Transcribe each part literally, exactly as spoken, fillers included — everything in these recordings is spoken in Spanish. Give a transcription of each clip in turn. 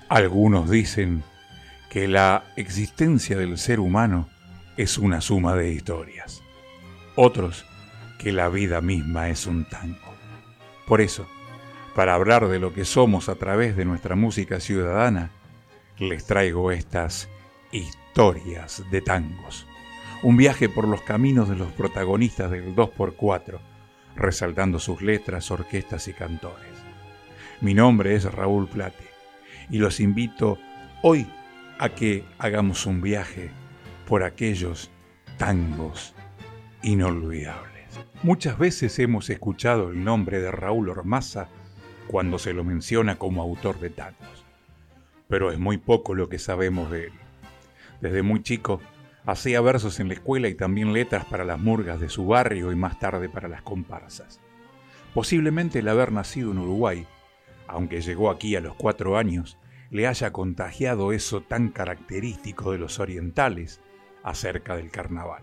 Algunos dicen que la existencia del ser humano es una suma de historias. Otros que la vida misma es un tango. Por eso, para hablar de lo que somos a través de nuestra música ciudadana, les traigo estas historias de tangos. Un viaje por los caminos de los protagonistas del dos por cuatro, resaltando sus letras, orquestas y cantores. Mi nombre es Raúl Plate y los invito hoy a que hagamos un viaje por aquellos tangos inolvidables. Muchas veces hemos escuchado el nombre de Raúl Ormaza cuando se lo menciona como autor de tangos, pero es muy poco lo que sabemos de él. Desde muy chico hacía versos en la escuela y también letras para las murgas de su barrio y más tarde para las comparsas. Posiblemente el haber nacido en Uruguay, aunque llegó aquí a los cuatro años, le haya contagiado eso tan característico de los orientales acerca del carnaval.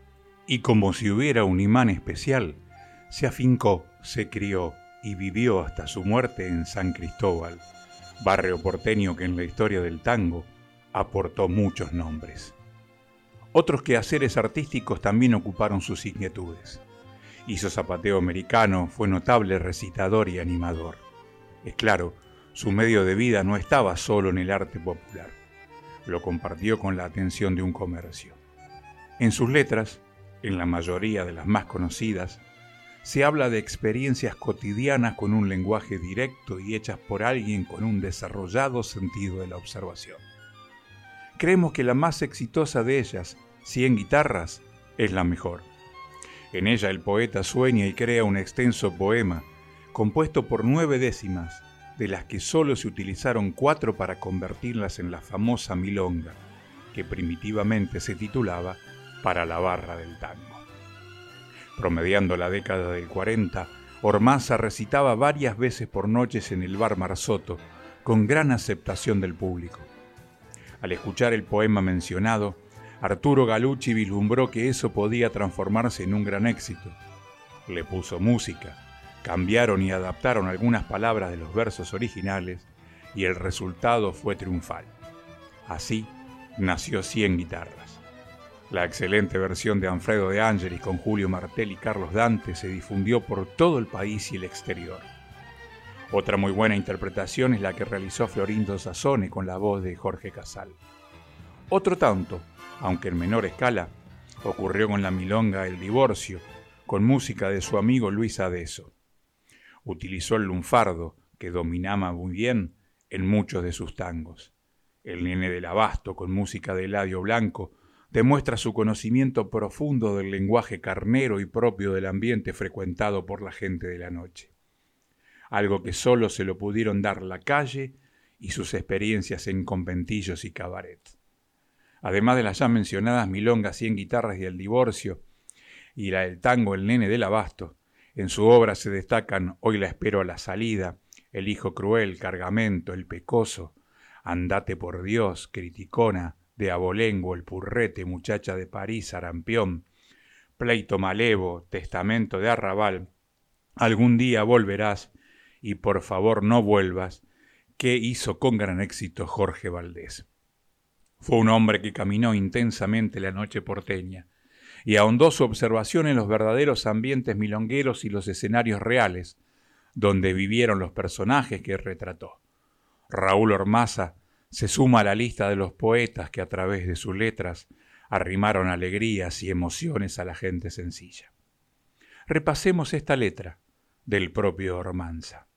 Y como si hubiera un imán especial, se afincó, se crió y vivió hasta su muerte en San Cristóbal, barrio porteño que en la historia del tango aportó muchos nombres. Otros quehaceres artísticos también ocuparon sus inquietudes. Hizo zapateo americano, fue notable recitador y animador. Es claro, su medio de vida no estaba solo en el arte popular. Lo compartió con la atención de un comercio. En sus letras, en la mayoría de las más conocidas, se habla de experiencias cotidianas con un lenguaje directo y hechas por alguien con un desarrollado sentido de la observación. Creemos que la más exitosa de ellas, Cien guitarras, es la mejor. En ella el poeta sueña y crea un extenso poema, compuesto por nueve décimas, de las que solo se utilizaron cuatro para convertirlas en la famosa milonga, que primitivamente se titulaba Para la barra del tango. Promediando la década del cuarenta, Ormaza recitaba varias veces por noches en el bar Marzotto, con gran aceptación del público. Al escuchar el poema mencionado, Arturo Galucci vislumbró que eso podía transformarse en un gran éxito. Le puso música, cambiaron y adaptaron algunas palabras de los versos originales y el resultado fue triunfal. Así nació Cien guitarras. La excelente versión de Alfredo de Angelis con Julio Martel y Carlos Dante se difundió por todo el país y el exterior. Otra muy buena interpretación es la que realizó Florindo Sassone con la voz de Jorge Casal. Otro tanto, aunque en menor escala, ocurrió con la milonga El Divorcio, con música de su amigo Luis Adeso. Utilizó el lunfardo, que dominaba muy bien en muchos de sus tangos. El Nene del Abasto, con música de Eladio Blanco, demuestra su conocimiento profundo del lenguaje carnero y propio del ambiente frecuentado por la gente de la noche. Algo que solo se lo pudieron dar la calle y sus experiencias en conventillos y cabaret. Además de las ya mencionadas milongas Cien guitarras y El Divorcio, y la del tango El Nene del Abasto, en su obra se destacan Hoy la espero a la salida, El hijo cruel, Cargamento, El pecoso, Andate por Dios, Criticona, De abolengo, El purrete, Muchacha de París, Sarampión, Pleito malevo, Testamento de arrabal, Algún día volverás y por favor no vuelvas, que hizo con gran éxito Jorge Valdés. Fue un hombre que caminó intensamente la noche porteña y ahondó su observación en los verdaderos ambientes milongueros y los escenarios reales, donde vivieron los personajes que retrató. Raúl Ormaza se suma a la lista de los poetas que a través de sus letras arrimaron alegrías y emociones a la gente sencilla. Repasemos esta letra del propio Ormaza.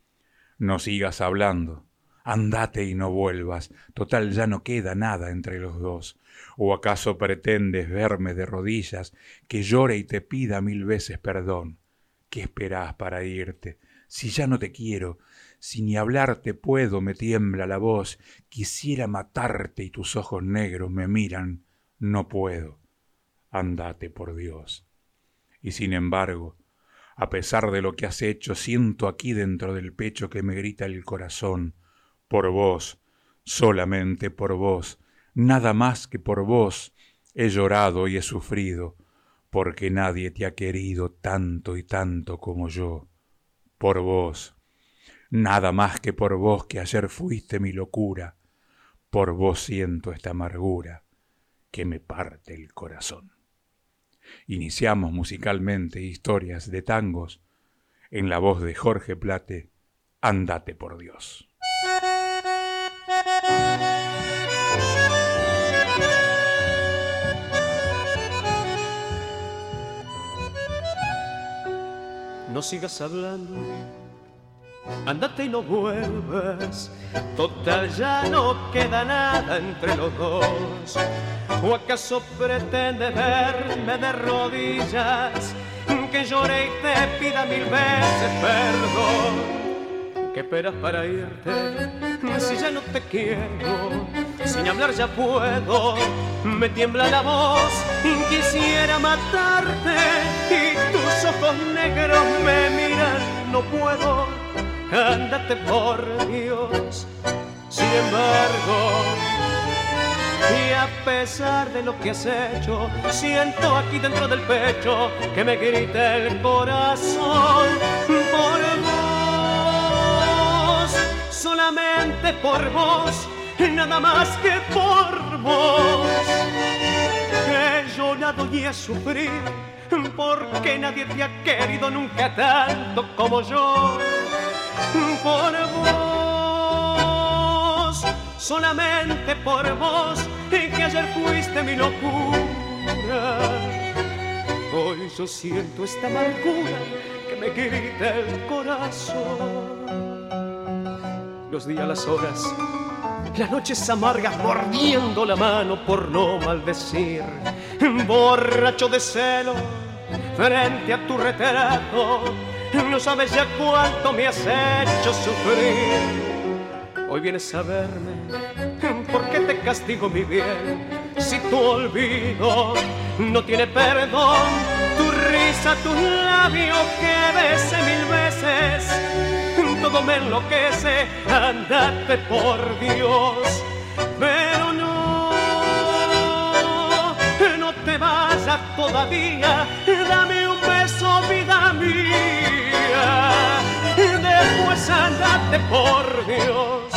No sigas hablando, andate y no vuelvas, total ya no queda nada entre los dos. ¿O acaso pretendes verme de rodillas, que llore y te pida mil veces perdón? ¿Qué esperás para irte? Si ya no te quiero, si ni hablarte puedo, me tiembla la voz, quisiera matarte y tus ojos negros me miran, no puedo. Andate por Dios. Y sin embargo, a pesar de lo que has hecho, siento aquí dentro del pecho que me grita el corazón, por vos, solamente por vos, nada más que por vos, he llorado y he sufrido, porque nadie te ha querido tanto y tanto como yo, por vos. nada más que por vos que ayer fuiste mi locura, por vos siento esta amargura que me parte el corazón. Iniciamos musicalmente historias de tangos en la voz de Jorge Plate, Andate por Dios. No sigas hablando, andate y no vuelvas, total ya no queda nada entre los dos. ¿O acaso pretende verme de rodillas, que llore y te pida mil veces perdón? ¿Qué esperas para irte si ya no te quiero? Sin hablar ya puedo, me tiembla la voz, quisiera matarte y tus ojos negros me miran, no puedo, ándate por Dios. Sin embargo, y a pesar de lo que has hecho, siento aquí dentro del pecho que me grita el corazón por vos, solamente por vos, nada más que por vos. He llorado y he sufrido porque nadie te ha querido nunca tanto como yo. Por vos, solamente por vos, que ayer fuiste mi locura. Hoy yo siento esta amargura que me grita el corazón. Los días, las horas, las noches amargas mordiendo la mano por no maldecir, borracho de celo frente a tu retrato, no sabes ya cuánto me has hecho sufrir. Hoy vienes a verme, ¿por qué te castigo mi bien? Si tu olvido no tiene perdón, tu risa, tus labios que besé mil veces, todo me enloquece, andate por Dios. Pero no, no te vayas todavía, dame un beso, vida mía, después andate por Dios.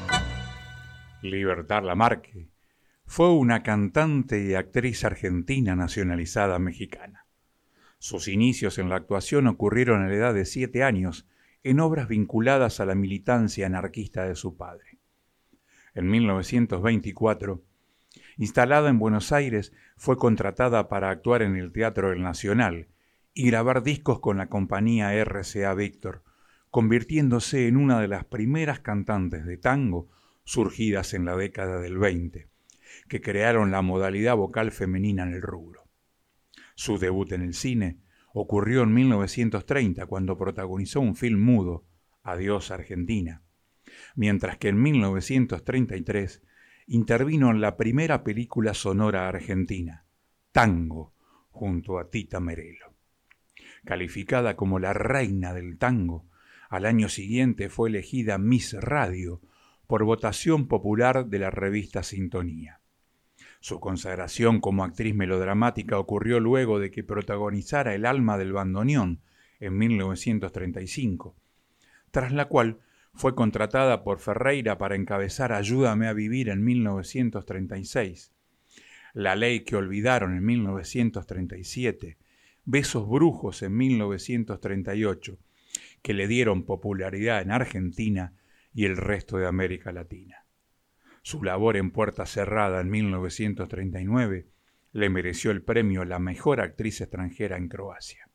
Libertad Lamarque fue una cantante y actriz argentina nacionalizada mexicana. Sus inicios en la actuación ocurrieron a la edad de siete años en obras vinculadas a la militancia anarquista de su padre. En mil novecientos veinticuatro, instalada en Buenos Aires, fue contratada para actuar en el Teatro del Nacional y grabar discos con la compañía R C A Víctor, convirtiéndose en una de las primeras cantantes de tango surgidas en la década del veinte, que crearon la modalidad vocal femenina en el rubro. Su debut en el cine ocurrió en mil novecientos treinta, cuando protagonizó un film mudo, Adiós Argentina, mientras que en mil novecientos treinta y tres intervino en la primera película sonora argentina, Tango, junto a Tita Merelo. Calificada como la reina del tango, al año siguiente fue elegida Miss Radio por votación popular de la revista Sintonía. Su consagración como actriz melodramática ocurrió luego de que protagonizara El alma del bandoneón en mil novecientos treinta y cinco, tras la cual fue contratada por Ferreira para encabezar Ayúdame a vivir en mil novecientos treinta y seis, La ley que olvidaron en mil novecientos treinta y siete, Besos brujos en mil novecientos treinta y ocho, que le dieron popularidad en Argentina y el resto de América Latina. Su labor en Puerta Cerrada en mil novecientos treinta y nueve le mereció el premio a la mejor actriz extranjera en Croacia.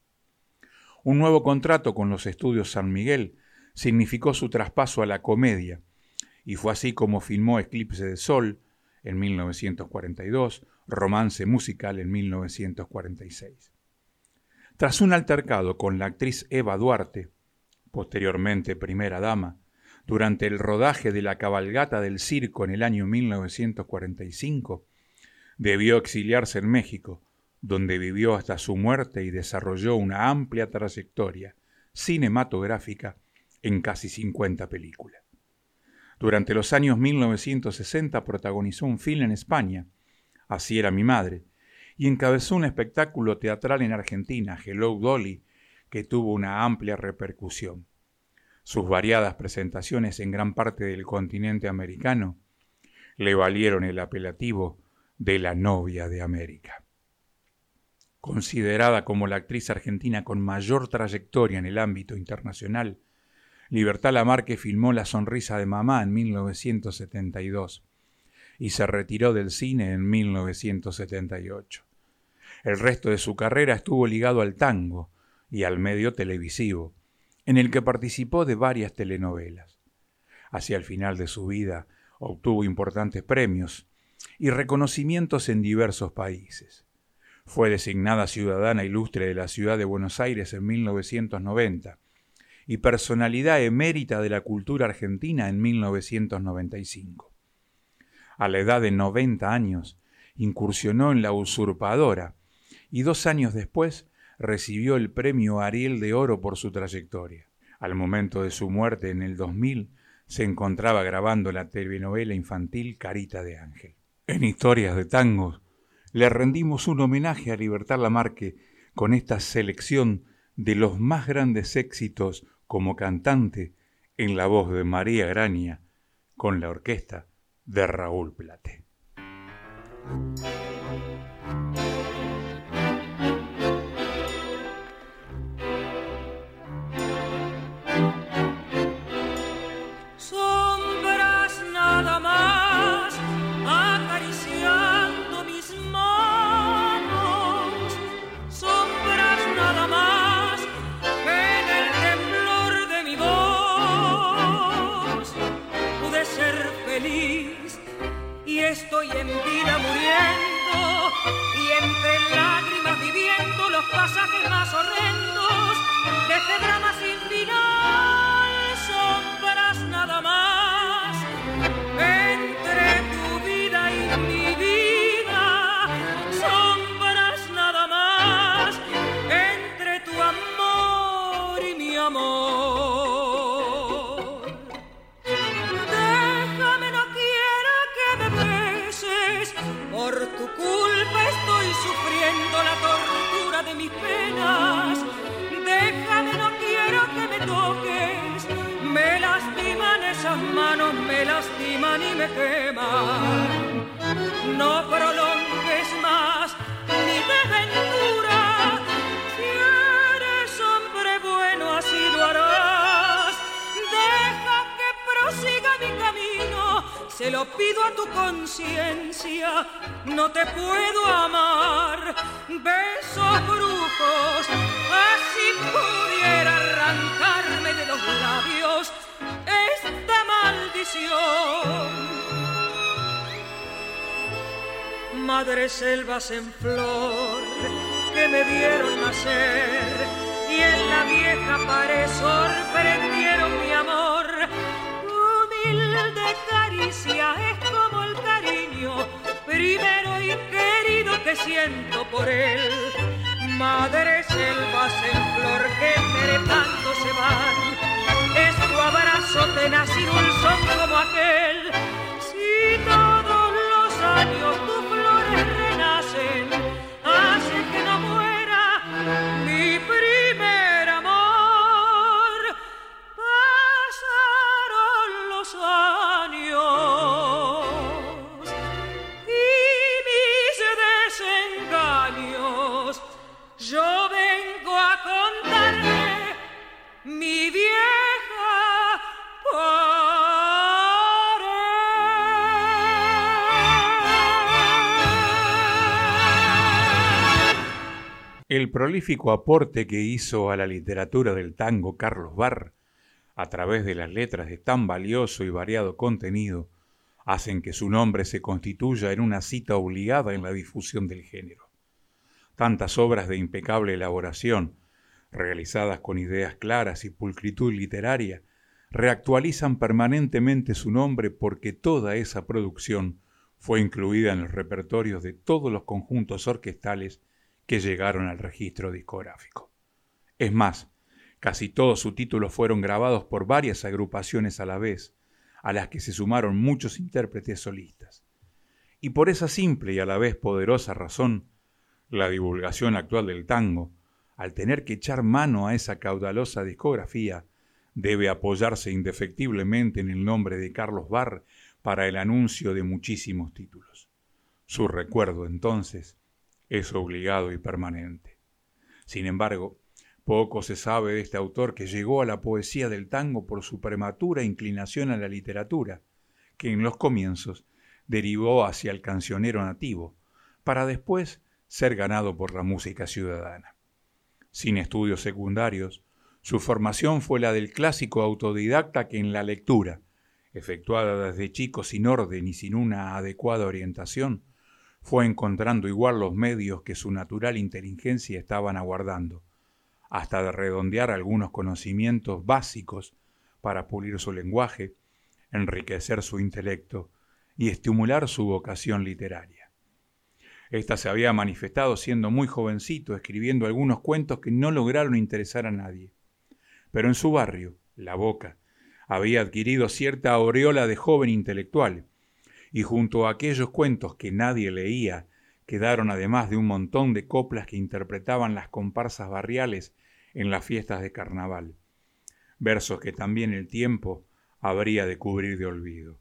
Un nuevo contrato con los estudios San Miguel significó su traspaso a la comedia, y fue así como filmó Eclipse de Sol en mil novecientos cuarenta y dos, Romance musical en mil novecientos cuarenta y seis. Tras un altercado con la actriz Eva Duarte, posteriormente primera dama, durante el rodaje de La cabalgata del circo en el año mil novecientos cuarenta y cinco, debió exiliarse en México, donde vivió hasta su muerte y desarrolló una amplia trayectoria cinematográfica en casi cincuenta películas. Durante los años mil novecientos sesenta protagonizó un film en España, Así era mi madre, y encabezó un espectáculo teatral en Argentina, Hello Dolly, que tuvo una amplia repercusión. Sus variadas presentaciones en gran parte del continente americano le valieron el apelativo de la novia de América. Considerada como la actriz argentina con mayor trayectoria en el ámbito internacional, Libertad Lamarque filmó La sonrisa de mamá en mil novecientos setenta y dos y se retiró del cine en mil novecientos setenta y ocho. El resto de su carrera estuvo ligado al tango y al medio televisivo, en el que participó de varias telenovelas. Hacia el final de su vida obtuvo importantes premios y reconocimientos en diversos países. Fue designada ciudadana ilustre de la ciudad de Buenos Aires en mil novecientos noventa y personalidad emérita de la cultura argentina en mil novecientos noventa y cinco. A la edad de noventa años, incursionó en La usurpadora y dos años después recibió el premio Ariel de Oro por su trayectoria. Al momento de su muerte en el dos mil, se encontraba grabando la telenovela infantil Carita de Ángel. En Historias de Tangos, le rendimos un homenaje a Libertad Lamarque con esta selección de los más grandes éxitos como cantante en la voz de María Graña, con la orquesta de Raúl Plate. Estoy en vida muriendo y entre lágrimas viviendo los pasajes más horrendos de este drama sin final. Sombras nada más entre tu vida y mi vida, sombras nada más entre tu amor y mi amor. Por tu culpa estoy sufriendo la tortura de mis penas. Déjame, no quiero que me toques. Me lastiman esas manos, me lastiman y me queman. No prolongues más mi desventura. Si eres hombre bueno, así lo harás. Deja que prosiga mi camino. Se lo pido a tu conciencia, no te puedo amar. Besos brujos, así pudiera arrancarme de los labios esta maldición. Madres selvas en flor que me vieron nacer y en la vieja pared sorprendieron mi amor. De caricia es como el cariño primero y querido que siento por él. Madres selvas en flor que trepando se van, es tu abrazo tenaz y dulzón como aquel. Si todos los años tus flores renacen, hacen que no muera mi primer amor. Pasaron los años y mis desengaños, yo vengo a contarle mi vieja pared. El prolífico aporte que hizo a la literatura del tango Carlos Barr a través de las letras de tan valioso y variado contenido, hacen que su nombre se constituya en una cita obligada en la difusión del género. Tantas obras de impecable elaboración, realizadas con ideas claras y pulcritud literaria, reactualizan permanentemente su nombre porque toda esa producción fue incluida en los repertorios de todos los conjuntos orquestales que llegaron al registro discográfico. Es más, casi todos sus títulos fueron grabados por varias agrupaciones a la vez, a las que se sumaron muchos intérpretes solistas. Y por esa simple y a la vez poderosa razón, la divulgación actual del tango, al tener que echar mano a esa caudalosa discografía, debe apoyarse indefectiblemente en el nombre de Carlos Barr para el anuncio de muchísimos títulos. Su recuerdo, entonces, es obligado y permanente. Sin embargo, poco se sabe de este autor que llegó a la poesía del tango por su prematura inclinación a la literatura, que en los comienzos derivó hacia el cancionero nativo, para después ser ganado por la música ciudadana. Sin estudios secundarios, su formación fue la del clásico autodidacta que en la lectura, efectuada desde chico sin orden y sin una adecuada orientación, fue encontrando igual los medios que su natural inteligencia estaban aguardando, hasta de redondear algunos conocimientos básicos para pulir su lenguaje, enriquecer su intelecto y estimular su vocación literaria. Esta se había manifestado siendo muy jovencito, escribiendo algunos cuentos que no lograron interesar a nadie. Pero en su barrio, La Boca, había adquirido cierta aureola de joven intelectual, y junto a aquellos cuentos que nadie leía, quedaron además de un montón de coplas que interpretaban las comparsas barriales en las fiestas de carnaval, versos que también el tiempo habría de cubrir de olvido.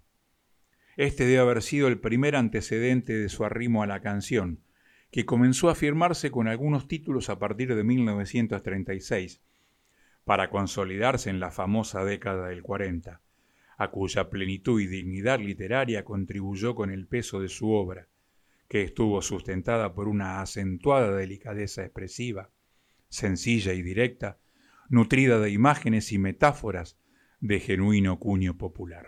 Este debe haber sido el primer antecedente de su arrimo a la canción, que comenzó a firmarse con algunos títulos a partir de mil novecientos treinta y seis, para consolidarse en la famosa década del cuarenta, a cuya plenitud y dignidad literaria contribuyó con el peso de su obra, que estuvo sustentada por una acentuada delicadeza expresiva, sencilla y directa, nutrida de imágenes y metáforas de genuino cuño popular.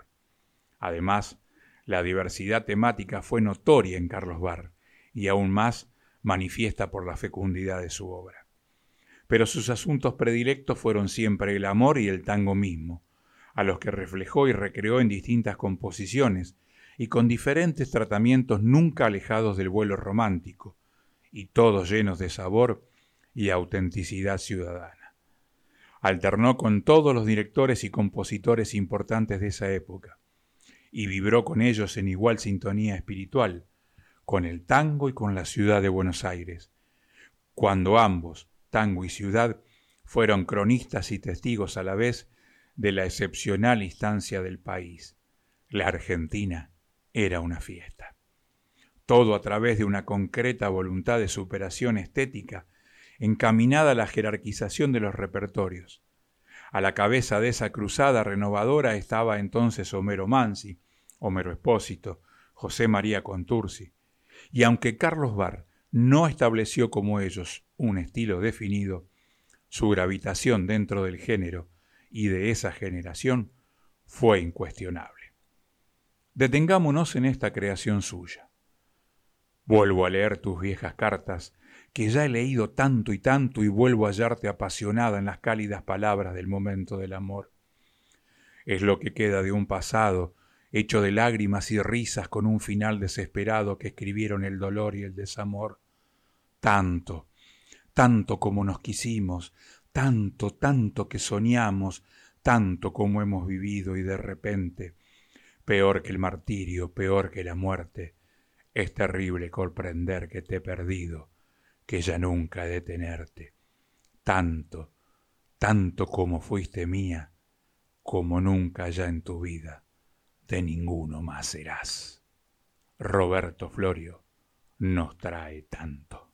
Además, la diversidad temática fue notoria en Carlos Barr, y aún más manifiesta por la fecundidad de su obra. Pero sus asuntos predilectos fueron siempre el amor y el tango mismo, a los que reflejó y recreó en distintas composiciones, y con diferentes tratamientos nunca alejados del vuelo romántico, y todos llenos de sabor y autenticidad ciudadana. Alternó con todos los directores y compositores importantes de esa época, y vibró con ellos en igual sintonía espiritual, con el tango y con la ciudad de Buenos Aires, cuando ambos, tango y ciudad, fueron cronistas y testigos a la vez de la excepcional instancia del país. La Argentina era una fiesta. Todo a través de una concreta voluntad de superación estética, encaminada a la jerarquización de los repertorios. A la cabeza de esa cruzada renovadora estaba entonces Homero Mansi, Homero Espósito, José María Contursi, y aunque Carlos Barr no estableció como ellos un estilo definido, su gravitación dentro del género y de esa generación fue incuestionable. Detengámonos en esta creación suya. Vuelvo a leer tus viejas cartas, que ya he leído tanto y tanto, y vuelvo a hallarte apasionada en las cálidas palabras del momento del amor. Es lo que queda de un pasado hecho de lágrimas y risas, con un final desesperado que escribieron el dolor y el desamor. Tanto, tanto como nos quisimos, tanto, tanto que soñamos, tanto como hemos vivido, y de repente, peor que el martirio, peor que la muerte, es terrible comprender que te he perdido, que ya nunca he de tenerte. Tanto, tanto como fuiste mía, como nunca ya en tu vida de ninguno más serás. Roberto Florio nos trae tanto.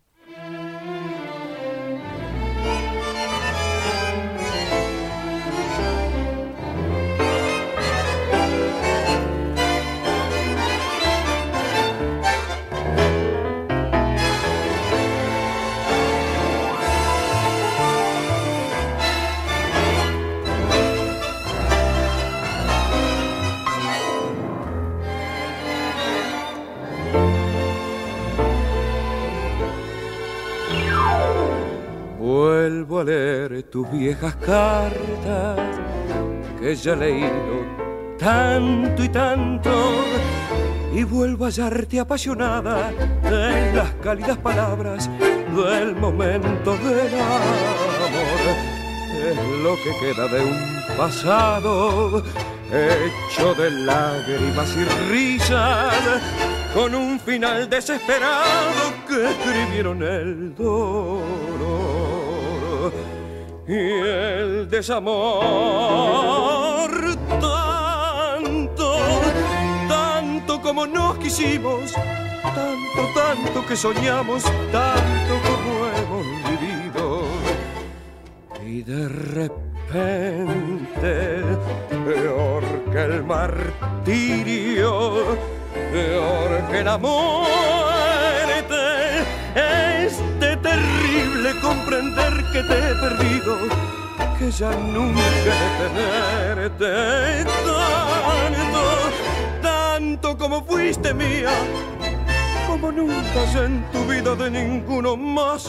Vuelvo a leer tus viejas cartas, que ya he leído tanto y tanto, y vuelvo a hallarte apasionada en las cálidas palabras del momento del amor. Es lo que queda de un pasado hecho de lágrimas y risas, con un final desesperado que escribieron el dolor y el desamor. Tanto, tanto como nos quisimos, tanto, tanto que soñamos, tanto como hemos vivido. Y de repente, peor que el martirio, peor que la muerte, es de terrible comprender que te he perdido, que ya nunca he de tenerte. Tanto, tanto como fuiste mía, como nunca en tu vida de ninguno más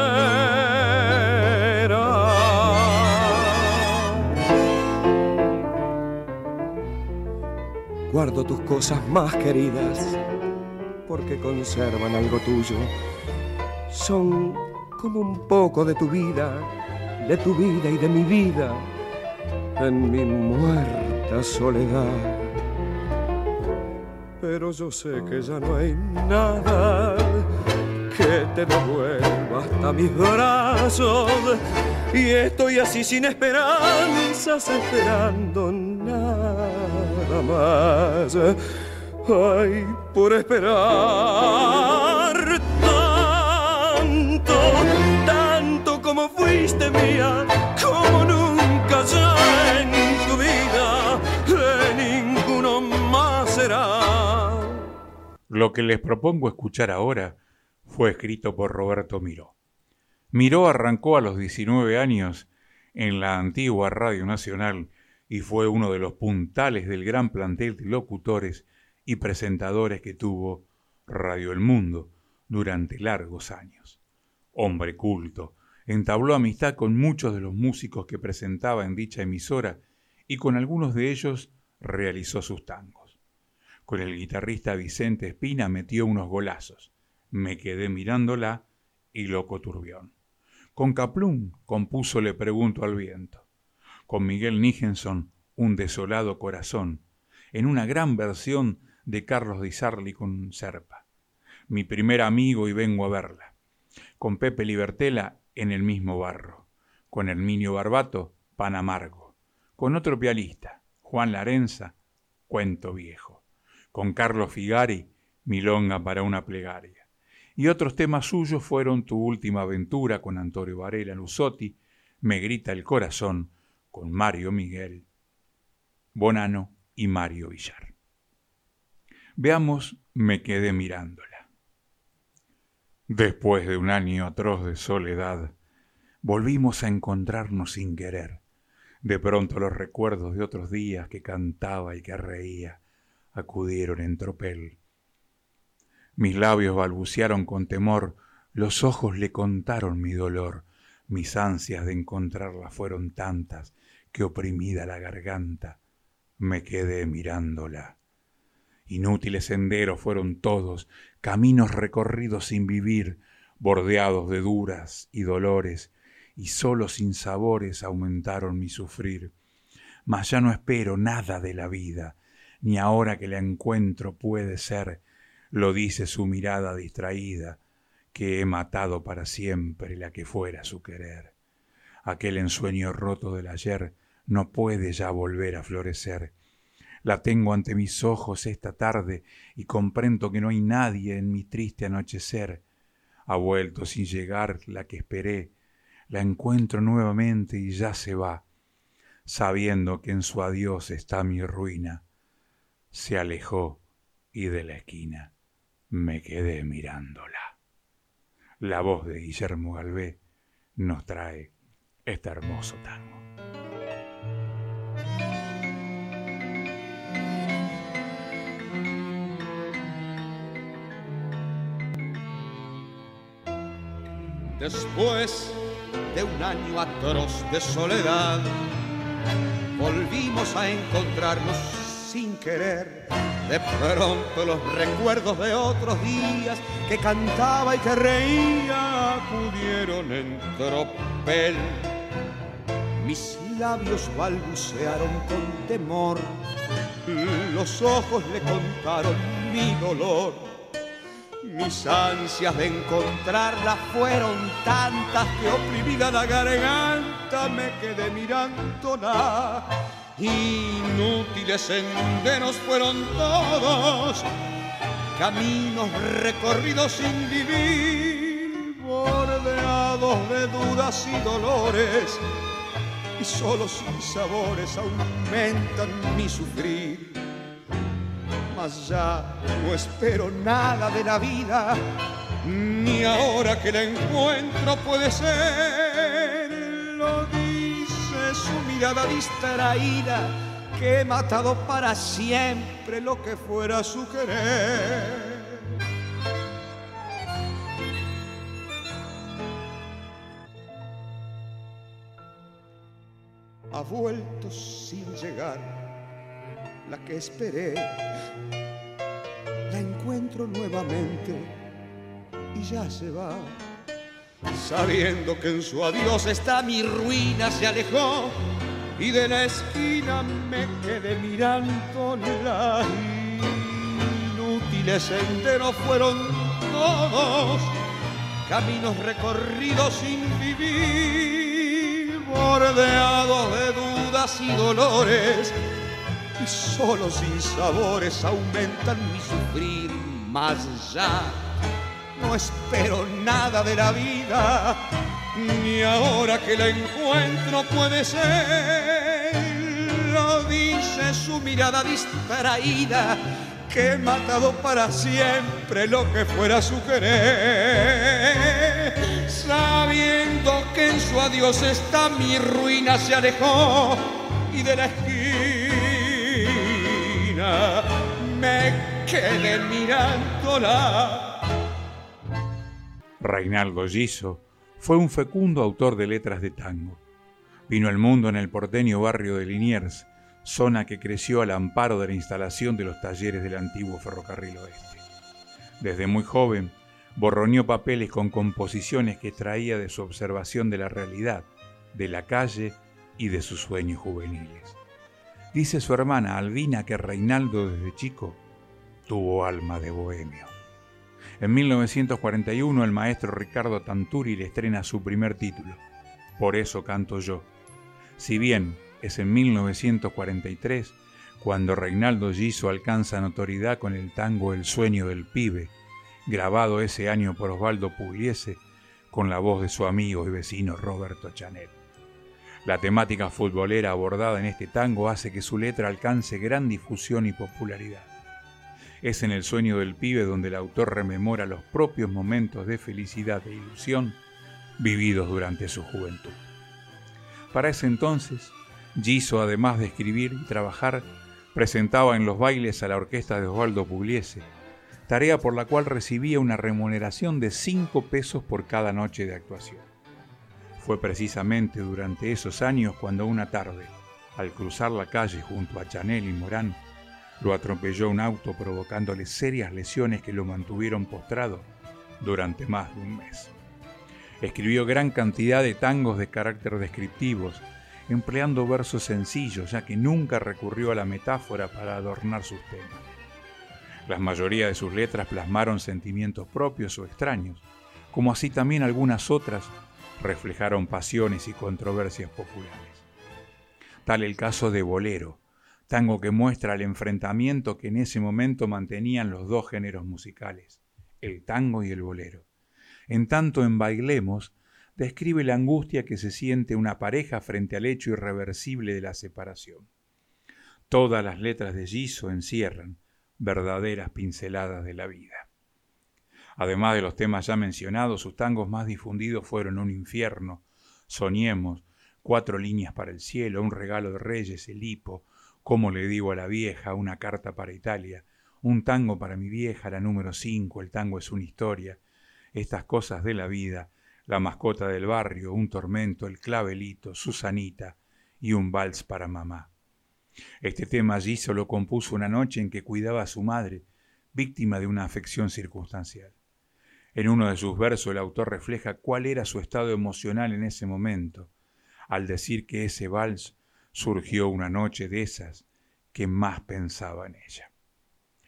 era. Guardo tus cosas más queridas, porque conservan algo tuyo. Son como un poco de tu vida, de tu vida y de mi vida, en mi muerta soledad. Pero yo sé que ya no hay nada que te devuelva hasta mis brazos, y estoy así sin esperanzas, esperando nada más. Ay, por esperar tanto, tanto como fuiste mía, como nunca ya en tu vida, de ninguno más será. Lo que les propongo escuchar ahora fue escrito por Roberto Miró. Miró arrancó a los diecinueve años en la antigua Radio Nacional y fue uno de los puntales del gran plantel de locutores y presentadores que tuvo Radio El Mundo durante largos años. Hombre culto, entabló amistad con muchos de los músicos que presentaba en dicha emisora y con algunos de ellos realizó sus tangos. Con el guitarrista Vicente Espina metió unos golazos, Me quedé mirándola y Loco Turbión. Con Kaplún compuso Le pregunto al viento. Con Miguel Nichenson, Un desolado corazón, en una gran versión de Carlos Di Sarli con Serpa. Mi primer amigo y vengo a verla. Con Pepe Libertela, En el mismo barro. Con Herminio Barbato, Pan amargo. Con otro pianista, Juan Larenza, Cuento viejo. Con Carlos Figari, Milonga para una plegaria. Y otros temas suyos fueron Tu última aventura con Antonio Varela Luzotti, Me grita el corazón con Mario Miguel, Bonano y Mario Villar. Veamos Me quedé mirándola. Después de un año atroz de soledad, volvimos a encontrarnos sin querer. De pronto los recuerdos de otros días que cantaba y que reía acudieron en tropel. Mis labios balbucearon con temor, los ojos le contaron mi dolor. Mis ansias de encontrarla fueron tantas que oprimida la garganta me quedé mirándola. Inútiles senderos fueron todos, caminos recorridos sin vivir, bordeados de duras y dolores, y solo sin sabores aumentaron mi sufrir. Mas ya no espero nada de la vida, ni ahora que la encuentro puede ser, lo dice su mirada distraída, que he matado para siempre la que fuera su querer. Aquel ensueño roto del ayer no puede ya volver a florecer. La tengo ante mis ojos esta tarde y comprendo que no hay nadie en mi triste anochecer. Ha vuelto sin llegar la que esperé, la encuentro nuevamente y ya se va, sabiendo que en su adiós está mi ruina. Se alejó y de la esquina me quedé mirándola. La voz de Guillermo Galvé nos trae este hermoso tango. Después de un año atroz de soledad, volvimos a encontrarnos sin querer. De pronto los recuerdos de otros días que cantaba y que reía acudieron en tropel. Mis labios balbucearon con temor, los ojos le contaron mi dolor. Mis ansias de encontrarla fueron tantas que oprimida la garganta me quedé mirándola. Inútiles senderos fueron todos, caminos recorridos sin vivir, bordeados de dudas y dolores, y solo sin sabores aumentan mi sufrir. Mas ya no espero nada de la vida, ni ahora que la encuentro puede ser. Lo dice su mirada distraída, que he matado para siempre lo que fuera su querer. Ha vuelto sin llegar la que esperé, la encuentro nuevamente y ya se va. Sabiendo que en su adiós está mi ruina, se alejó y de la esquina me quedé mirándola. Inútiles senderos fueron todos, caminos recorridos sin vivir, bordeados de dudas y dolores, y solo sin sabores aumentan mi sufrir. Más ya no espero nada de la vida, ni ahora que la encuentro puede ser. Lo dice su mirada distraída, que he matado para siempre lo que fuera su querer. Sabiendo que en su adiós está mi ruina, se alejó y de la esquina me quedé mirándola. Reinaldo Giso fue un fecundo autor de letras de tango. Vino al mundo en el porteño barrio de Liniers, zona que creció al amparo de la instalación de los talleres del antiguo Ferrocarril Oeste. Desde muy joven, borroneó papeles con composiciones que traía de su observación de la realidad, de la calle y de sus sueños juveniles. Dice su hermana Albina que Reinaldo desde chico tuvo alma de bohemio. En mil novecientos cuarenta y uno el maestro Ricardo Tanturi le estrena su primer título, Por eso canto yo. Si bien es en mil novecientos cuarenta y tres cuando Reinaldo Giso alcanza notoriedad con el tango El sueño del pibe, grabado ese año por Osvaldo Pugliese con la voz de su amigo y vecino Roberto Chanel. La temática futbolera abordada en este tango hace que su letra alcance gran difusión y popularidad. Es en El sueño del pibe donde el autor rememora los propios momentos de felicidad e ilusión vividos durante su juventud. Para ese entonces, Giso, además de escribir y trabajar, presentaba en los bailes a la orquesta de Osvaldo Pugliese, tarea por la cual recibía una remuneración de cinco pesos por cada noche de actuación. Fue precisamente durante esos años cuando una tarde, al cruzar la calle junto a Chanel y Morán, lo atropelló un auto provocándole serias lesiones que lo mantuvieron postrado durante más de un mes. Escribió gran cantidad de tangos de carácter descriptivos, empleando versos sencillos, ya que nunca recurrió a la metáfora para adornar sus temas. La mayoría de sus letras plasmaron sentimientos propios o extraños, como así también algunas otras reflejaron pasiones y controversias populares. Tal el caso de Bolero, tango que muestra el enfrentamiento que en ese momento mantenían los dos géneros musicales, el tango y el bolero. En tanto, en Bailemos, describe la angustia que se siente una pareja frente al hecho irreversible de la separación. Todas las letras de Giso encierran verdaderas pinceladas de la vida. Además de los temas ya mencionados, sus tangos más difundidos fueron Un infierno, Soñemos, Cuatro líneas para el cielo, Un regalo de reyes, El hipo, Cómo le digo a la vieja, Una carta para Italia, Un tango para mi vieja, la número cinco, El tango es una historia, Estas cosas de la vida, La mascota del barrio, Un tormento, El clavelito, Susanita y Un vals para mamá. Este tema Giso lo compuso una noche en que cuidaba a su madre, víctima de una afección circunstancial. En uno de sus versos el autor refleja cuál era su estado emocional en ese momento, al decir que ese vals surgió una noche de esas que más pensaba en ella.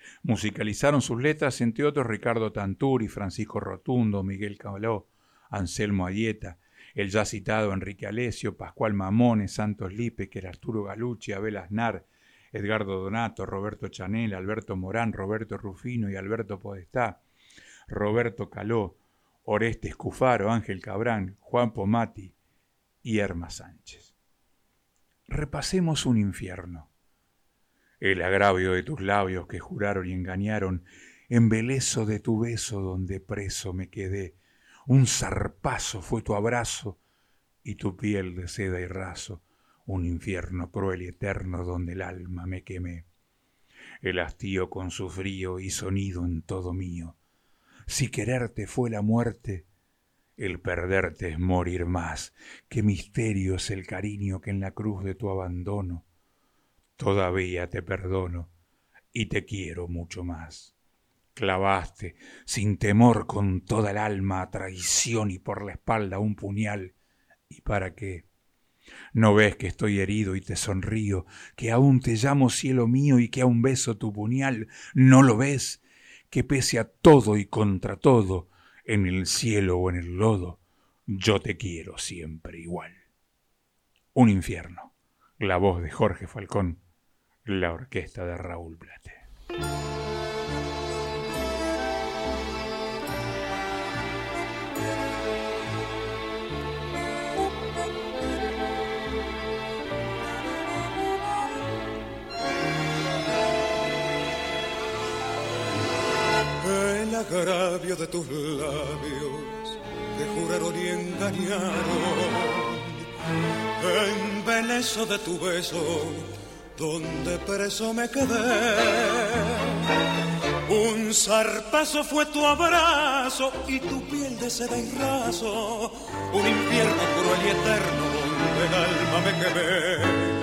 Musicalizaron sus letras, entre otros, Ricardo Tanturi, Francisco Rotundo, Miguel Caló, Anselmo Ayeta, el ya citado Enrique Alesio, Pascual Mamone, Santos Lipequer, Arturo Galucci, Abel Aznar, Edgardo Donato, Roberto Chanel, Alberto Morán, Roberto Rufino y Alberto Podestá, Roberto Caló, Orestes Cufaro, Ángel Cabrán, Juan Pomati y Erma Sánchez. Repasemos un infierno. El agravio de tus labios que juraron y engañaron, embeleso de tu beso donde preso me quedé. Un zarpazo fue tu abrazo y tu piel de seda y raso, un infierno cruel y eterno donde el alma me quemé. El hastío con su frío hizo nido en todo mío. Si quererte fue la muerte, el perderte es morir más. Qué misterio es el cariño que en la cruz de tu abandono todavía te perdono y te quiero mucho más. Clavaste sin temor con toda el alma a traición y por la espalda un puñal. ¿Y para qué? ¿No ves que estoy herido y te sonrío, que aún te llamo cielo mío y que aún beso tu puñal? ¿No lo ves? Que pese a todo y contra todo, en el cielo o en el lodo, yo te quiero siempre igual. Un infierno. La voz de Jorge Falcón, la orquesta de Raúl Plate. El agravio de tus labios que juraron y engañaron, embeleso de tu beso donde preso me quedé. Un zarpazo fue tu abrazo y tu piel de seda y raso, un infierno cruel y eterno donde el alma me quemé.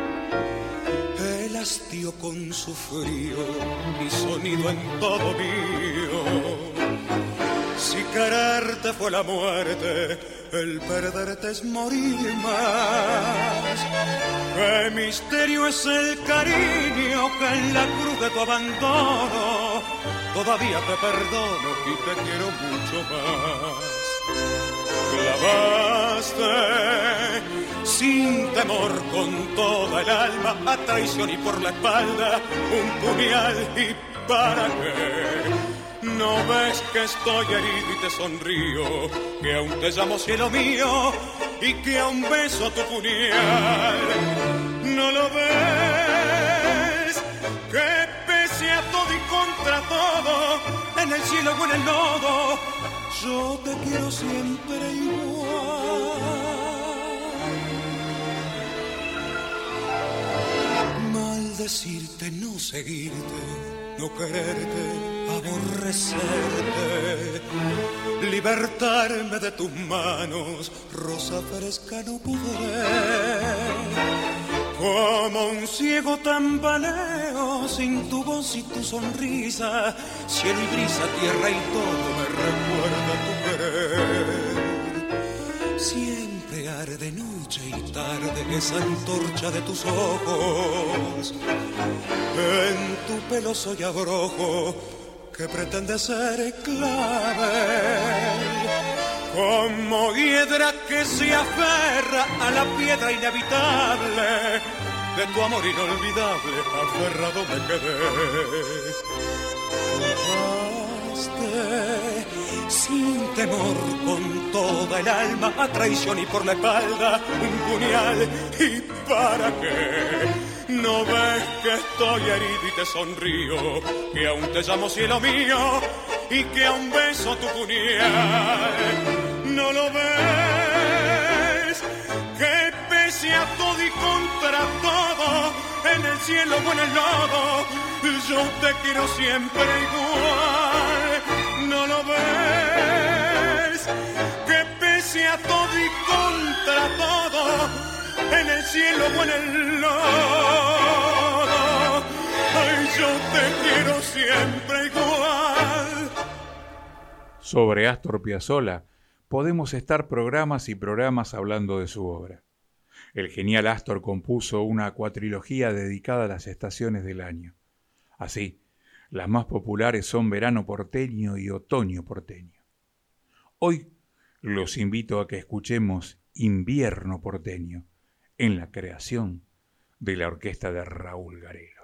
El hastío con su frío y sonido en todo mío. Si quererte fue la muerte, el perderte es morir más. Qué misterio es el cariño que en la cruz de tu abandono todavía te perdono y te quiero mucho más. Clavaste sin temor con toda el alma a traición y por la espalda un puñal. ¿Y para qué? ¿No ves que estoy herido y te sonrío? Que aún te llamo cielo mío y que aún beso tu puñal. ¿No lo ves? Que pese a todo y contra todo, en el cielo o en el lodo, yo te quiero siempre igual. Maldecirte, no seguirte, no quererte, aborrecerte, libertarme de tus manos, rosa fresca no podré. Como un ciego tambaleo sin tu voz y tu sonrisa, cielo y brisa, tierra y todo me recuerda tu querer. Siempre arde noche y tarde esa antorcha de tus ojos. En tu pelo soy abrojo que pretende ser clavel, como hiedra que se aferra a la piedra inevitable. De tu amor inolvidable aferrado me quedé. Clavaste sin temor con toda el alma a traición y por la espalda un puñal. ¿Y para qué? ¿No ves que estoy herido y te sonrío? Que aún te llamo cielo mío y que aún beso tu puñal. ¿No lo ves? Que pese a todo y contra todo, en el cielo o en el lodo, yo te quiero siempre igual. ¿No lo ves? Que pese a todo y contra todo, en el cielo o en el lodo, ay, yo te quiero siempre igual. Sobre Astor Piazzolla podemos estar programas y programas hablando de su obra. El genial Astor compuso una cuatrilogía dedicada a las estaciones del año. Así, Las más populares son Verano porteño y Otoño porteño. Hoy los invito a que escuchemos Invierno porteño en la creación de la orquesta de Raúl Garelo.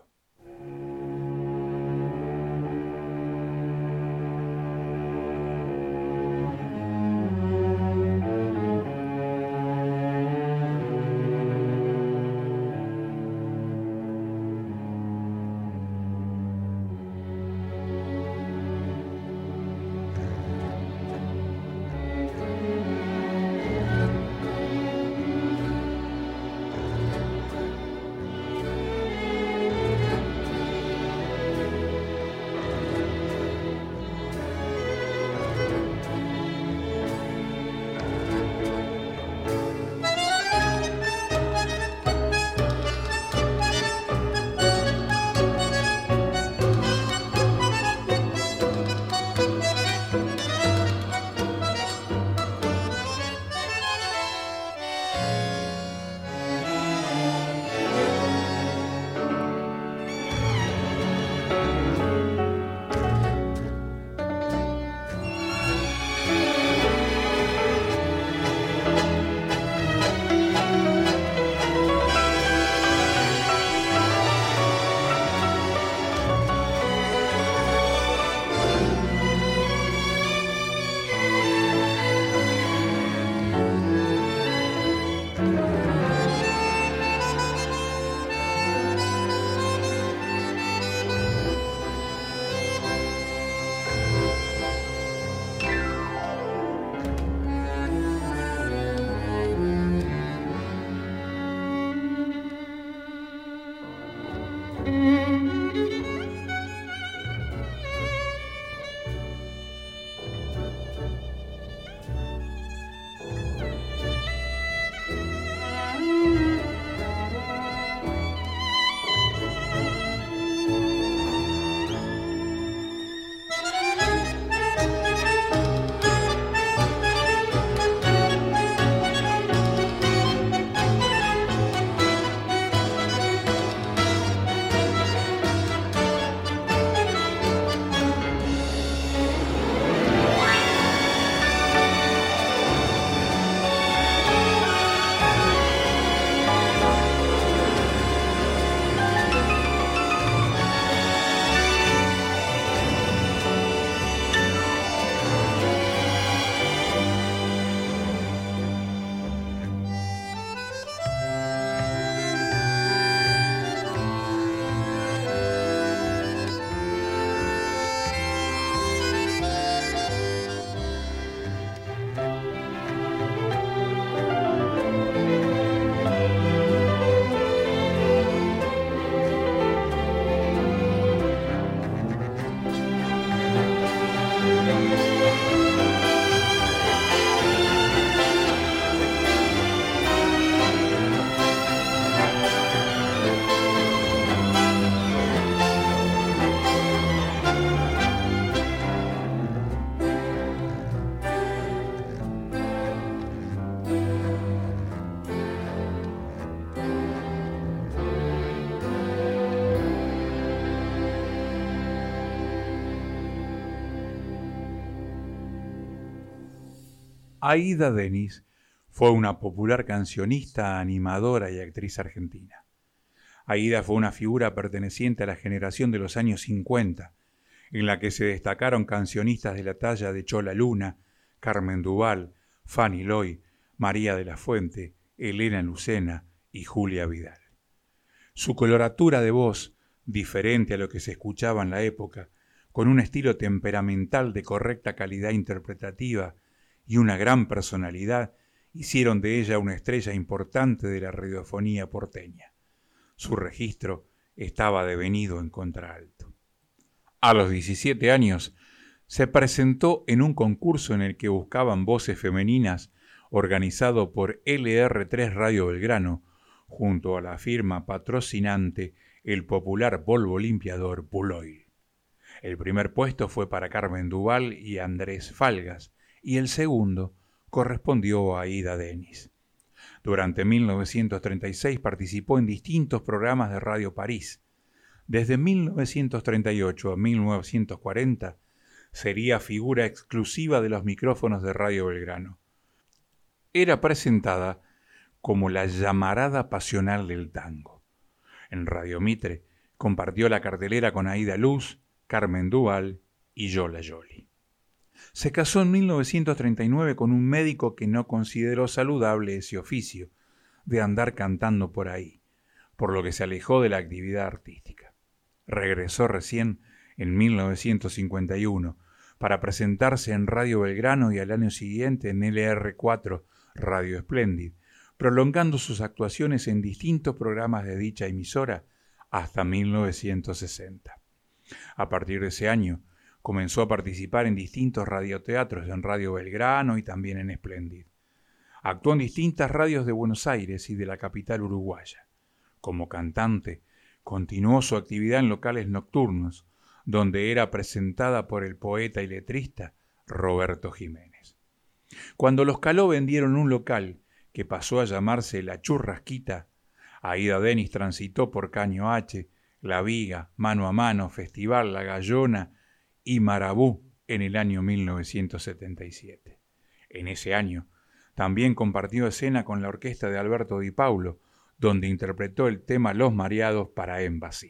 Aída Denis fue una popular cancionista, animadora y actriz argentina. Aída fue una figura perteneciente a la generación de los años cincuenta, en la que se destacaron cancionistas de la talla de Chola Luna, Carmen Duval, Fanny Loy, María de la Fuente, Elena Lucena y Julia Vidal. Su coloratura de voz, diferente a lo que se escuchaba en la época, con un estilo temperamental de correcta calidad interpretativa y una gran personalidad, hicieron de ella una estrella importante de la radiofonía porteña. Su registro estaba devenido en contralto. A los diecisiete años se presentó en un concurso en el que buscaban voces femeninas organizado por L R tres Radio Belgrano, junto a la firma patrocinante el popular polvo limpiador Puloil. El primer puesto fue para Carmen Duval y Andrés Falgas, y el segundo correspondió a Aída Denis. Durante mil novecientos treinta y seis participó en distintos programas de Radio París. Desde mil novecientos treinta y ocho a mil novecientos cuarenta sería figura exclusiva de los micrófonos de Radio Belgrano. Era presentada como la llamarada pasional del tango. En Radio Mitre compartió la cartelera con Aída Luz, Carmen Duval y Yola Yoli. Se casó en mil novecientos treinta y nueve con un médico que no consideró saludable ese oficio de andar cantando por ahí, por lo que se alejó de la actividad artística. Regresó recién en mil novecientos cincuenta y uno para presentarse en Radio Belgrano y al año siguiente en L R cuatro Radio Splendid, prolongando sus actuaciones en distintos programas de dicha emisora hasta mil novecientos sesenta. A partir de ese año, comenzó a participar en distintos radioteatros en Radio Belgrano y también en Splendid. Actuó en distintas radios de Buenos Aires y de la capital uruguaya. Como cantante, continuó su actividad en locales nocturnos, donde era presentada por el poeta y letrista Roberto Jiménez. Cuando los Caló vendieron un local que pasó a llamarse La Churrasquita, Aída Denis transitó por Caño H, La Viga, Mano a Mano, Festival La Gallona y Marabú en el año mil novecientos setenta y siete. En ese año también compartió escena con la orquesta de Alberto Di Paulo, donde interpretó el tema Los Mareados para Embassy.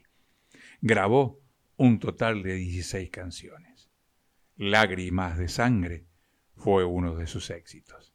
Grabó un total de dieciséis canciones. Lágrimas de Sangre fue uno de sus éxitos.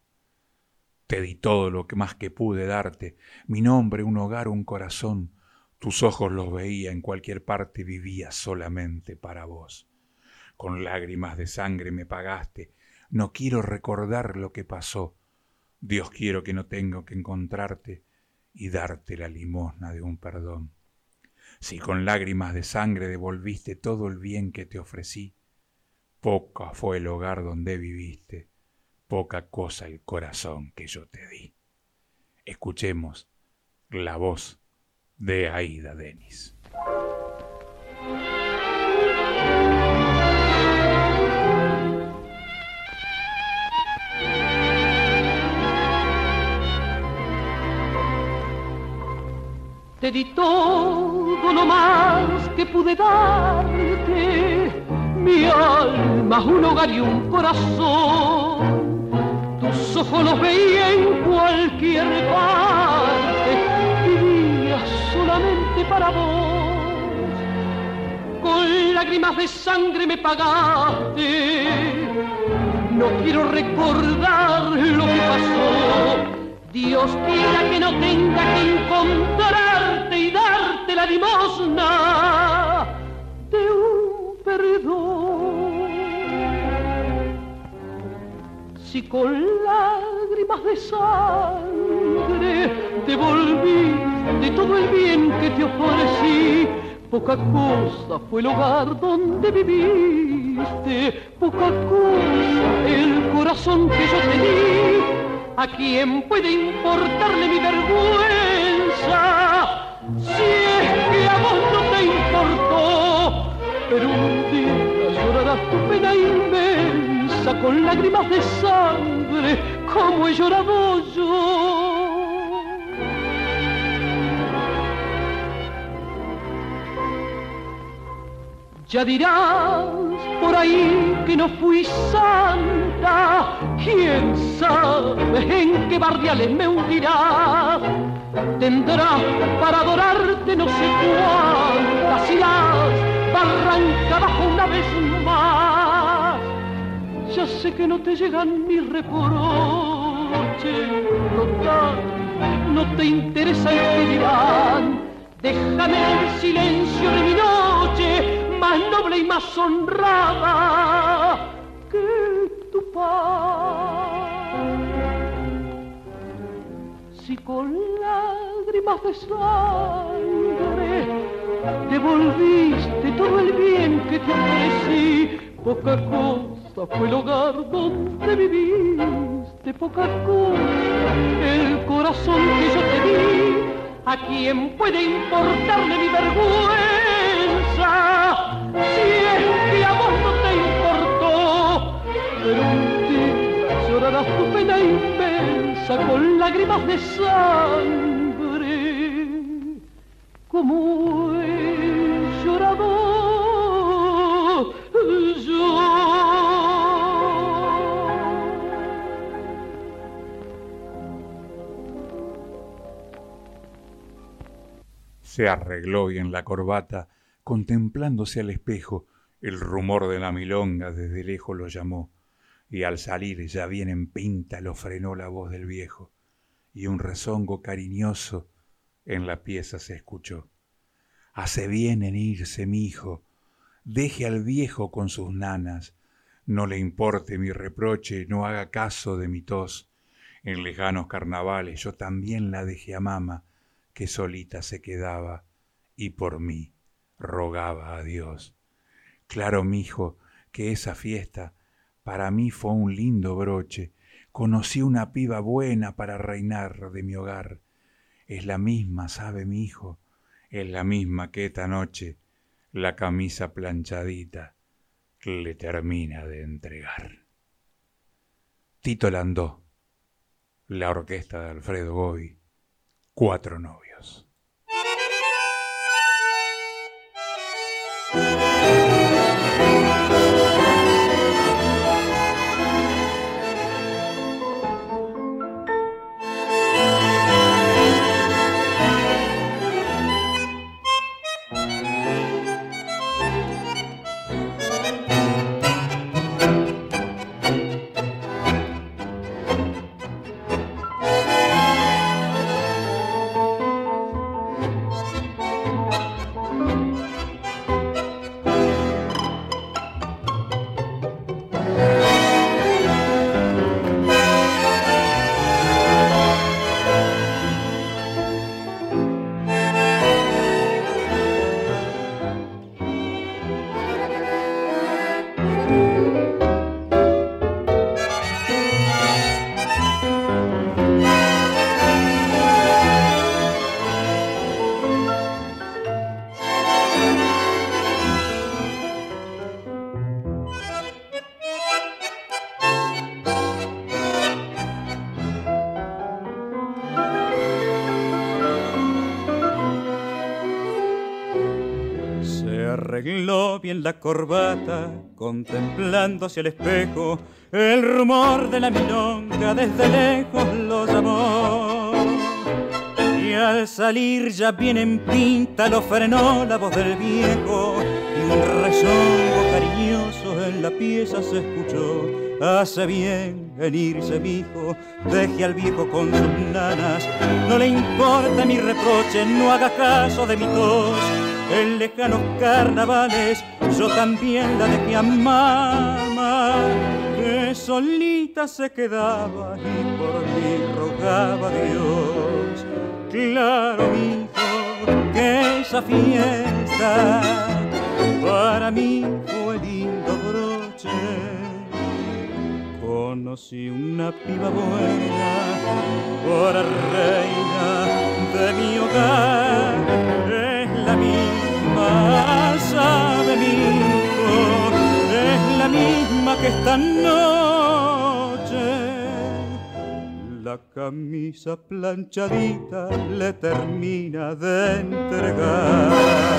Te di todo lo que más que pude darte, mi nombre, un hogar, un corazón. Tus ojos los veía en cualquier parte, vivía solamente para vos. Con lágrimas de sangre me pagaste, no quiero recordar lo que pasó. Dios quiero que no tenga que encontrarte y darte la limosna de un perdón. Si con lágrimas de sangre devolviste todo el bien que te ofrecí, poca fue el hogar donde viviste, poca cosa el corazón que yo te di. Escuchemos la voz de Aída Denis. Te di todo lo más que pude darte, mi alma, un hogar y un corazón. Tus ojos los veía en cualquier parte, vivía solamente para vos. Con lágrimas de sangre me pagaste, no quiero recordar lo que pasó. Dios quiera que no tenga que encontrarte y darte la limosna de un perdón. Si con lágrimas de sangre te volviste todo el bien que te ofrecí, poca cosa fue el hogar donde viviste, poca cosa el corazón que yo te di. ¿A quién puede importarle mi vergüenza? Si es que a vos no te importó, pero un día llorarás tu pena inmensa con lágrimas de sangre como he llorado yo. Ya dirás por ahí que no fui santa, quién sabe en qué barriales me hundirás. Tendrás para adorarte no sé cuántas, irás barranca abajo una vez más. Ya sé que no te llegan mis reproches, total, no te interesa el que dirán. Déjame el silencio de mi noche, más noble y más honrada que tu paz. Si con lágrimas de sangre devolviste todo el bien que te ofrecí, poca cosa fue el hogar donde viviste, poca cosa el corazón que yo te di. ¿A quién puede importarle mi vergüenza? Si es que a vos no te importó, pero un día llorarás tu pena inmensa con lágrimas de sangre como he llorado yo. Se arregló bien la corbata, contemplándose al espejo. El rumor de la milonga desde lejos lo llamó, y al salir ya bien en pinta lo frenó la voz del viejo, y un rezongo cariñoso en la pieza se escuchó. Hace bien en irse, mi hijo, deje al viejo con sus nanas, no le importe mi reproche, no haga caso de mi tos. En lejanos carnavales yo también la dejé a mama, que solita se quedaba y por mí rogaba a Dios. Claro, mijo, que esa fiesta para mí fue un lindo broche. Conocí una piba buena para reinar de mi hogar. Es la misma, sabe mi hijo, es la misma que esta noche la camisa planchadita le termina de entregar. Tito Landó, la orquesta de Alfredo Gobi, Cuatro novios. Arregló bien la corbata, contemplando hacia el espejo, el rumor de la milonga desde lejos lo llamó. Y al salir ya bien en pinta lo frenó la voz del viejo, y un rezongo cariñoso en la pieza se escuchó. Hace bien en irse, mijo, deje al viejo con sus nanas, no le importa mi reproche, no haga caso de mi tos. En lejanos carnavales yo también la dejé a mamá, que solita se quedaba y por mí rogaba a Dios. Claro, mijo, que esa fiesta para mí fue lindo broche. Conocí una piba buena, por reina de mi hogar, es la misma, sabe mi hijo, es la misma que esta noche la camisa planchadita le termina de entregar.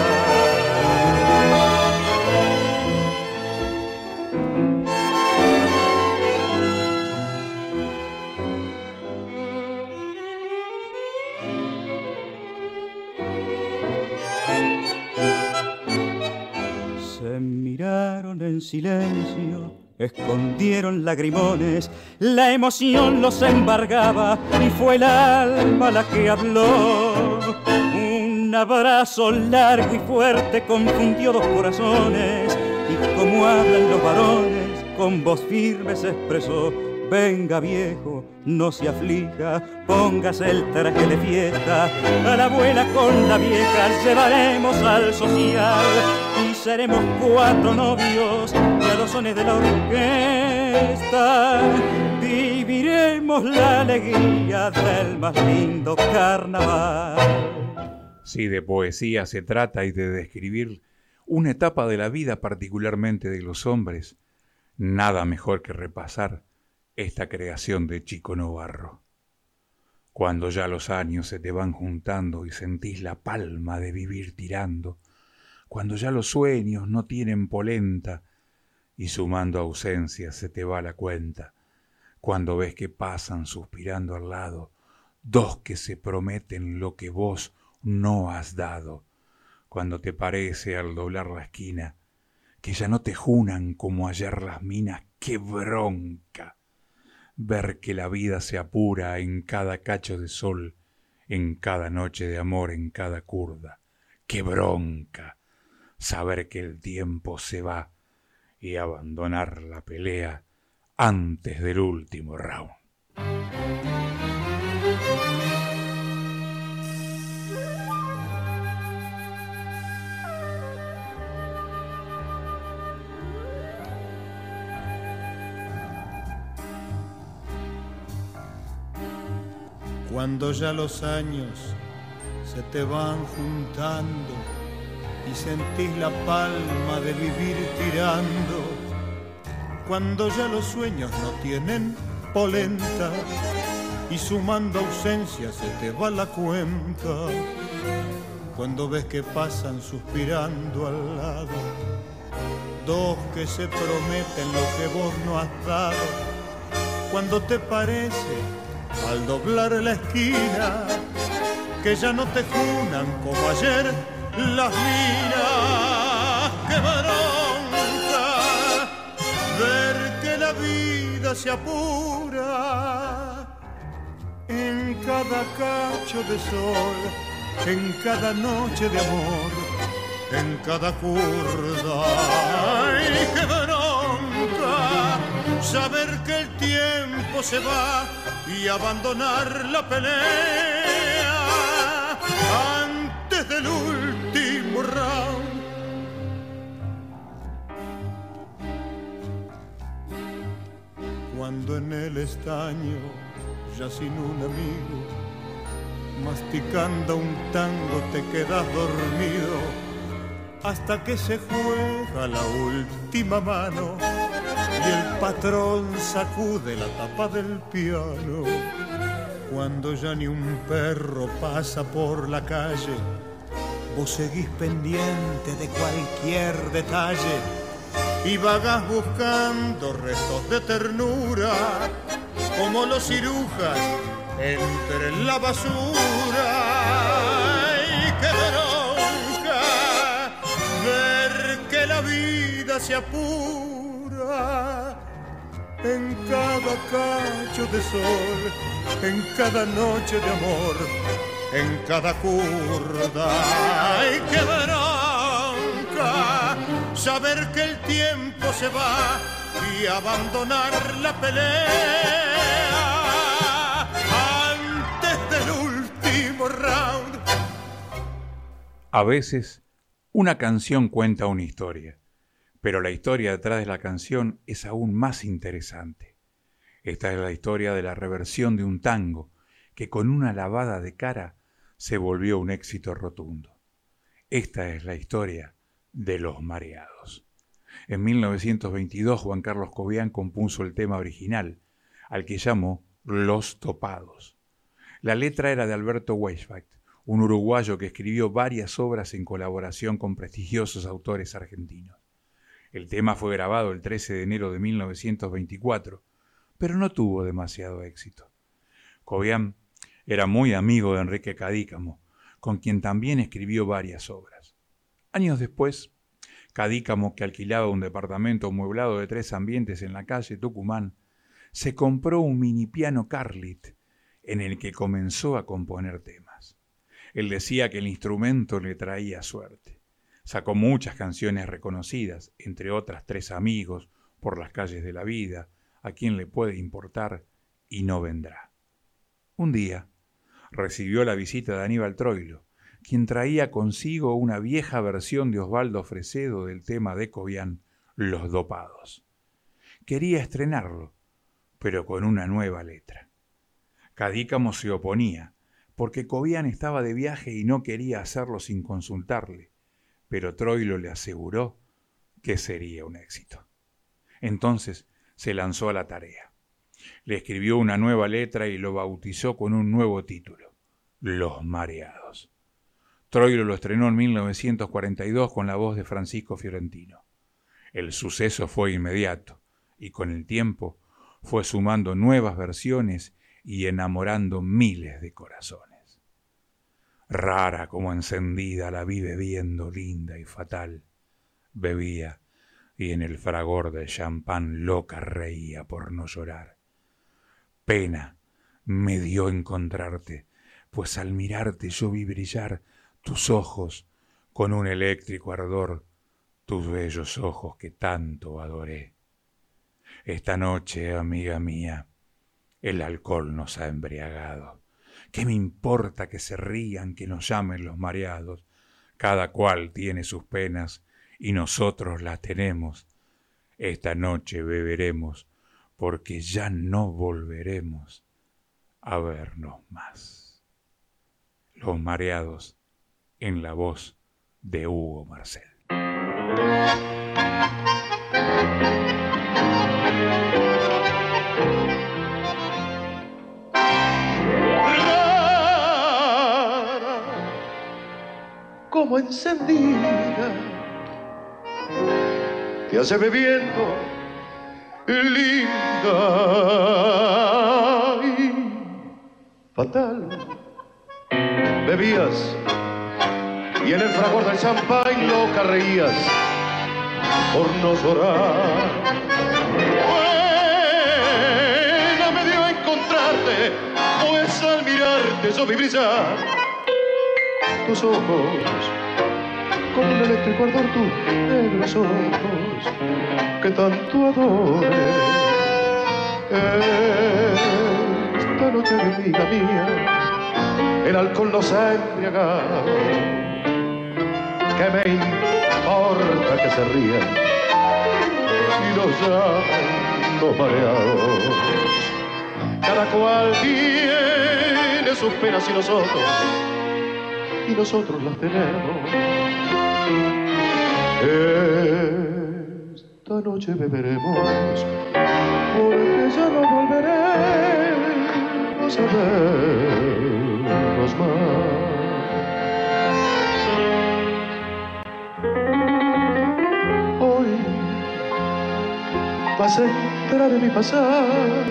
Se miraron en silencio, escondieron lagrimones, la emoción los embargaba y fue el alma la que habló. Un abrazo largo y fuerte confundió dos corazones y como hablan los varones, con voz firme se expresó: venga viejo, no se aflija, póngase el traje de fiesta, a la abuela con la vieja llevaremos al social y seremos cuatro novios y a los sones de la orquesta viviremos la alegría del más lindo carnaval. Si de poesía se trata y de describir una etapa de la vida particularmente de los hombres, nada mejor que repasar esta creación de Chico Novarro. Cuando ya los años se te van juntando y sentís la palma de vivir tirando, cuando ya los sueños no tienen polenta y sumando ausencias se te va la cuenta, cuando ves que pasan suspirando al lado dos que se prometen lo que vos no has dado, cuando te parece al doblar la esquina que ya no te junan como ayer las minas, ¡qué bronca! Ver que la vida se apura en cada cacho de sol, en cada noche de amor, en cada curda, ¡qué bronca! Saber que el tiempo se va y abandonar la pelea antes del último round. Cuando ya los años se te van juntando y sentís la palma de vivir tirando, cuando ya los sueños no tienen polenta y sumando ausencias se te va la cuenta, cuando ves que pasan suspirando al lado dos que se prometen lo que vos no has dado, cuando te parece al doblar la esquina que ya no te junan como ayer las minas, ¡qué bronca! Ver que la vida se apura en cada cacho de sol, en cada noche de amor, en cada curda. ¡Ay, qué bronca! Saber que el tiempo se va y abandonar la pelea antes del último round. Cuando en el estaño, ya sin un amigo, masticando un tango te quedas dormido, hasta que se juega la última mano y el patrón sacude la tapa del piano. Cuando ya ni un perro pasa por la calle, vos seguís pendiente de cualquier detalle y vagás buscando restos de ternura, como los cirujas entre la basura. ¡Ay, qué bronca! Ver que la vida se apura en cada cacho de sol, en cada noche de amor, en cada curda. ¡Ay, qué bronca! Saber que el tiempo se va y abandonar la pelea antes del último round. A veces, una canción cuenta una historia, pero la historia detrás de la canción es aún más interesante. Esta es la historia de la reversión de un tango que con una lavada de cara se volvió un éxito rotundo. Esta es la historia de Los Mareados. En mil novecientos veintidós, Juan Carlos Cobian compuso el tema original, al que llamó Los Topados. La letra era de Alberto Weisbach, un uruguayo que escribió varias obras en colaboración con prestigiosos autores argentinos. El tema fue grabado el trece de enero de mil novecientos veinticuatro, pero no tuvo demasiado éxito. Cobian era muy amigo de Enrique Cadícamo, con quien también escribió varias obras. Años después, Cadícamo, que alquilaba un departamento amueblado de tres ambientes en la calle Tucumán, se compró un mini piano Carlit en el que comenzó a componer temas. Él decía que el instrumento le traía suerte. Sacó muchas canciones reconocidas, entre otras Tres Amigos, Por las calles de la vida, A quién le puede importar y No vendrá. Un día recibió la visita de Aníbal Troilo, quien traía consigo una vieja versión de Osvaldo Fresedo del tema de Cobian, Los Dopados. Quería estrenarlo, pero con una nueva letra. Cadícamo se oponía, porque Cobian estaba de viaje y no quería hacerlo sin consultarle, pero Troilo le aseguró que sería un éxito. Entonces se lanzó a la tarea. Le escribió una nueva letra y lo bautizó con un nuevo título, Los Mareados. Troilo lo estrenó en mil novecientos cuarenta y dos con la voz de Francisco Fiorentino. El suceso fue inmediato y con el tiempo fue sumando nuevas versiones y enamorando miles de corazones. Rara como encendida la vi bebiendo, linda y fatal. Bebía y en el fragor del champán loca reía por no llorar. Pena me dio encontrarte, pues al mirarte yo vi brillar tus ojos con un eléctrico ardor, tus bellos ojos que tanto adoré. Esta noche, amiga mía, el alcohol nos ha embriagado. ¿Qué me importa que se rían, que nos llamen los mareados? Cada cual tiene sus penas y nosotros las tenemos. Esta noche beberemos porque ya no volveremos a vernos más. Los mareados en la voz de Hugo Marcel. Como encendida te hace bebiendo linda y fatal. Bebías y en el fragor del champán loca reías por no llorar. Buena me dio encontrarte, pues al mirarte yo vi brillar tus ojos con un eléctrico ardor, tus negros ojos que tanto adore. Esta noche, amiga mía, el alcohol nos ha embriagado. ¿Qué me importa que se rían y nos llamen los mareados? Cada cual tiene sus penas y nosotros y nosotros las tenemos. Esta noche beberemos porque ya no volveremos a vernos más. Hoy vas a entrar en mi pasado,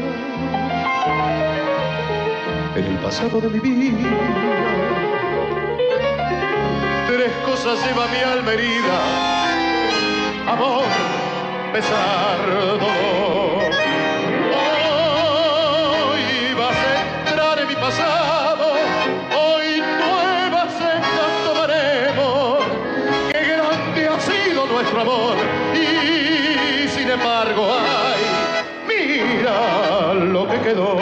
en el pasado de mi vida. Tres cosas lleva mi alma herida: amor, pesar, dolor. Hoy vas a entrar en mi pasado, hoy nuevas sendas tomaremos. Qué grande ha sido nuestro amor y sin embargo, ay, mira lo que quedó.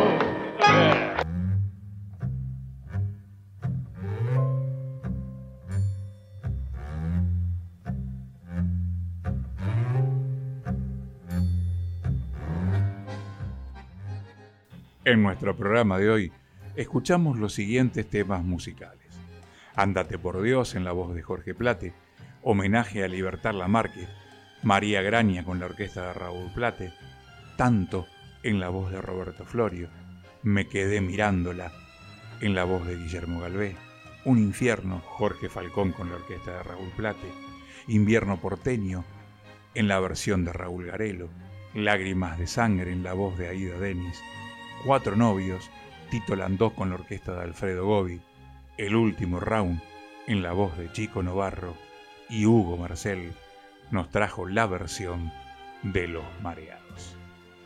En nuestro programa de hoy escuchamos los siguientes temas musicales: Ándate por Dios en la voz de Jorge Plate, homenaje a Libertad Lamarque, María Graña con la orquesta de Raúl Plate, Tanto en la voz de Roberto Florio, Me quedé mirándola en la voz de Guillermo Galvé, Un infierno, Jorge Falcón con la orquesta de Raúl Plate, Invierno porteño en la versión de Raúl Garelo, Lágrimas de sangre en la voz de Aida Denis, Cuatro novios, Tito Landó con la orquesta de Alfredo Gobi, El último round en la voz de Chico Novarro, y Hugo Marcel nos trajo la versión de Los Mareados.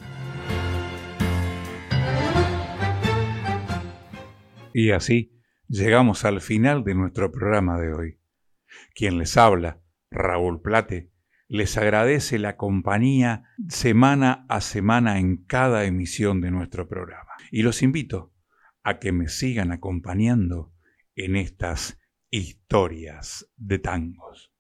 Y así llegamos al final de nuestro programa de hoy. Quien les habla, Raúl Plate, les agradece la compañía semana a semana en cada emisión de nuestro programa. Y los invito a que me sigan acompañando en estas historias de tangos.